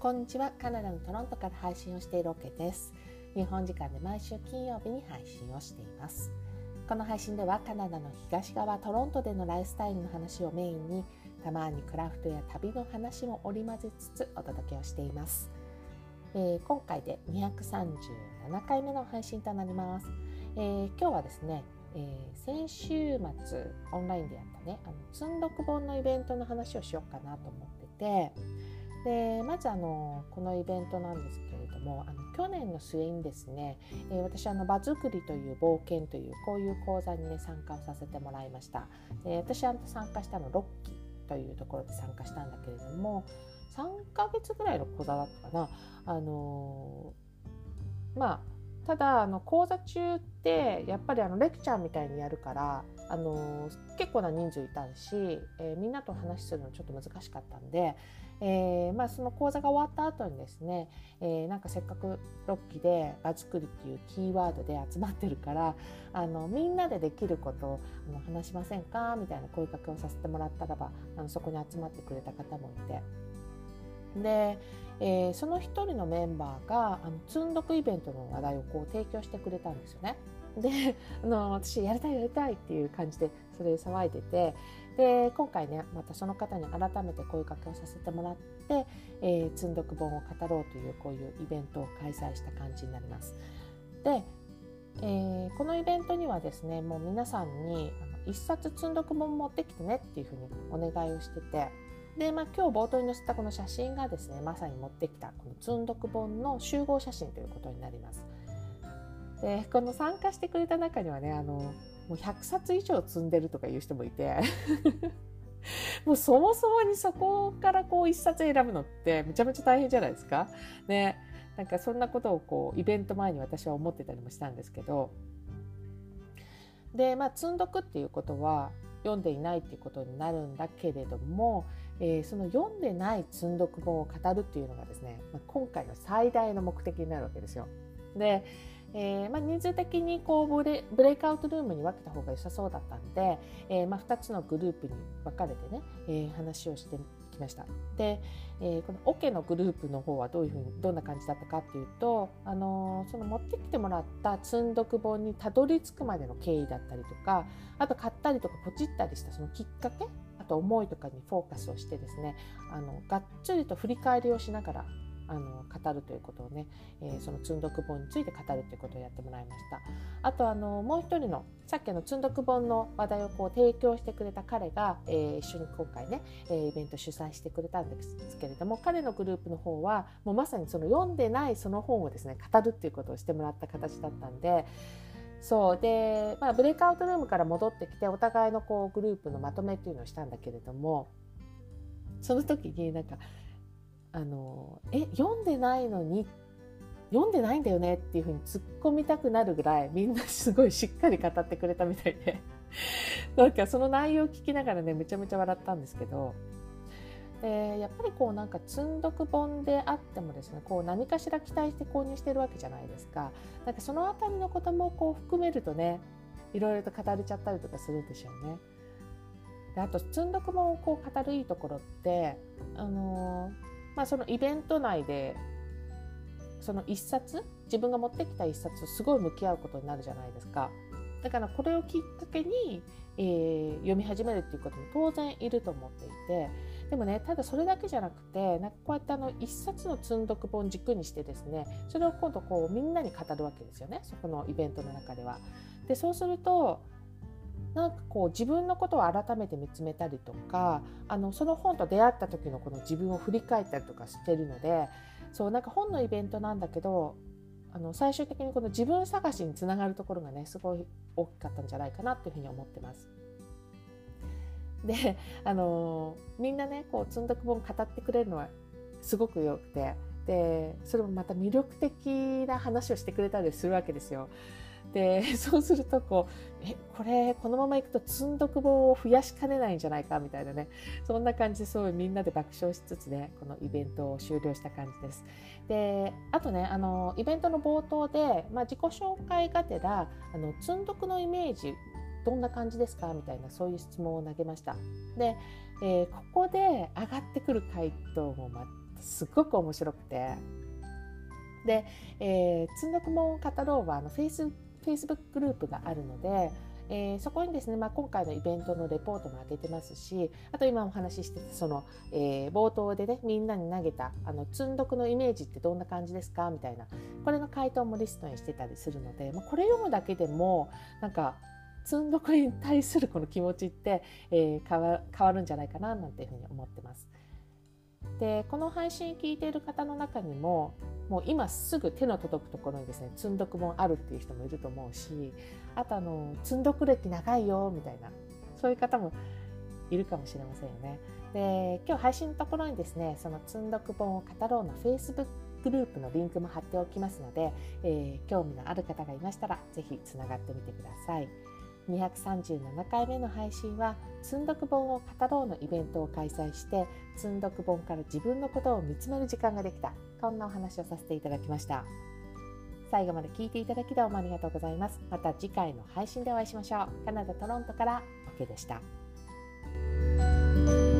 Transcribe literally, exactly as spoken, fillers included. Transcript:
こんにちは。カナダのトロントから配信をしているオケです。日本時間で毎週金曜日に配信をしています。この配信ではカナダの東側トロントでのライフスタイルの話をメインに、たまにクラフトや旅の話も織り交ぜつつお届けをしています。えー、今回でにひゃくさんじゅうななかいめの配信となります。えー、今日はですね、えー、先週末オンラインでやったねあの積んどく本のイベントの話をしようかなと思ってて、でまずあのこのイベントなんですけれども、あの去年の末にですね、えー、私あの場作りという冒険というこういう講座に、ね、参加をさせてもらいました。で私は参加したのろっきというところで参加したんだけれども、さんかげつぐらいの講座だったかな。あのー、まあただあの講座中ってやっぱりあのレクチャーみたいにやるから、あのー、結構な人数いたし、えー、みんなと話するのちょっと難しかったんで、えーまあ、その講座が終わった後にですね、えー、なんかせっかくろっきで場作りっていうキーワードで集まってるから、あのみんなでできることをあの話しませんかみたいな声かけをさせてもらったらば、あのそこに集まってくれた方もいて、で、えー、その一人のメンバーがあの積んどくイベントの話題をこう提供してくれたんですよね。であの私やりたいやりたいっていう感じでそれ騒いでて、で今回ねまたその方に改めて声かけをさせてもらって、えー、積んどく本を語ろうというこういうイベントを開催した感じになります。で、えー、このイベントにはですね、もう皆さんにあの一冊積んどく本持ってきてねっていうふうにお願いをしてて、で、まあ、今日冒頭に載せたこの写真がですね、まさに持ってきたこの積んどく本の集合写真ということになります。でこの参加してくれた中にはね、あのもうひゃくさつ以上積んでるとかいう人もいてもうそもそもにそこからこう一冊選ぶのってめちゃめちゃ大変じゃないですかね。なんかそんなことをこうイベント前に私は思ってたりもしたんですけど、でまあ積んどくっていうことは読んでいないっていうことになるんだけれども、えー、その読んでない積んどく本を語るっていうのがですね、まあ、今回の最大の目的になるわけですよ。で、えーまあ、人数的にこうブレ、ブレイクアウトルームに分けた方が良さそうだったんで、えーまあ、ふたつのグループに分かれてね、えー、話をしてきました。で、えー、このオケのグループの方はどういうふうにどんな感じだったかっていうと、あのー、その持ってきてもらった積んどく本にたどり着くまでの経緯だったりとか、あと買ったりとかポチったりしたそのきっかけ、あと思いとかにフォーカスをしてですね、あのがっつりと振り返りをしながらあの語るということをね、えー、その積んどく本について語るということをやってもらいました。あとあのもう一人のさっきの積んどく本の話題をこう提供してくれた彼が、えー、一緒に今回ね、えー、イベント主催してくれたんですけれども、彼のグループの方はもうまさにその読んでないその本をですね語るっていうことをしてもらった形だったんで、そうで、まあ、ブレイクアウトルームから戻ってきてお互いのこうグループのまとめっていうのをしたんだけれども、その時になんかあのえ読んでないのに読んでないんだよねっていう風に突っ込みたくなるぐらいみんなすごいしっかり語ってくれたみたいでなんかその内容を聞きながらねめちゃめちゃ笑ったんですけど、でやっぱりこうなんか積んどく本であってもですね、こう何かしら期待して購入してるわけじゃないですか。なんかそのあたりのこともこう含めるとね、いろいろと語れちゃったりとかするんでしょうね。であと積んどく本をこう語るいいところって、あのーまあ、そのイベント内でその一冊、自分が持ってきた一冊すごい向き合うことになるじゃないですか。だからこれをきっかけに、えー、読み始めるっていうことも当然いると思っていて、でもねただそれだけじゃなくて、なんかこうやってあの一冊の積んどく本軸にしてですね、それを今度こうみんなに語るわけですよね、そこのイベントの中では。でそうするとなんかこう自分のことを改めて見つめたりとか、あのその本と出会った時のこの自分を振り返ったりとかしてるので、そうなんか本のイベントなんだけど、あの最終的にこの自分探しにつながるところがねすごい大きかったんじゃないかなというふうに思ってます。で、あのみんなねこう積んどく本語ってくれるのはすごくよくて、でそれもまた魅力的な話をしてくれたりするわけですよ。でそうするとこうえこれこのままいくと積んどく本を増やしかねないんじゃないかみたいなね、そんな感じですごいみんなで爆笑しつつねこのイベントを終了した感じです。であとねあのイベントの冒頭で、まあ、自己紹介がてらあの積んどくのイメージどんな感じですかみたいなそういう質問を投げました。で、えー、ここで上がってくる回答もすごく面白くて、で、えー、積んどく本を語ろうはあのフェイスフェイスブックグループがあるので、えー、そこにですね、まあ、今回のイベントのレポートも上げてますし、あと今お話ししてたその、えー、冒頭でねみんなに投げたあの積んどくのイメージってどんな感じですかみたいな、これの回答もリストにしてたりするので、まあ、これ読むだけでもなんか積んどくに対するこの気持ちって、えー、変わ、変わるんじゃないかななんていうふうに思ってます。でこの配信聞いている方の中にももう今すぐ手の届くところにですね積んどく本あるっていう人もいると思うし、あとあの積んどく歴長いよみたいなそういう方もいるかもしれませんよね。で今日配信のところにですねその積んどく本を語ろうの Facebook グループのリンクも貼っておきますので、えー、興味のある方がいましたらぜひつながってみてください。にひゃくさんじゅうななかいめの配信は積んどく本を語ろうのイベントを開催して積んどく本から自分のことを見つめる時間ができた、こんなお話をさせていただきました。最後まで聞いていただきどうもありがとうございます。また次回の配信でお会いしましょう。カナダ・トロントからオケでした。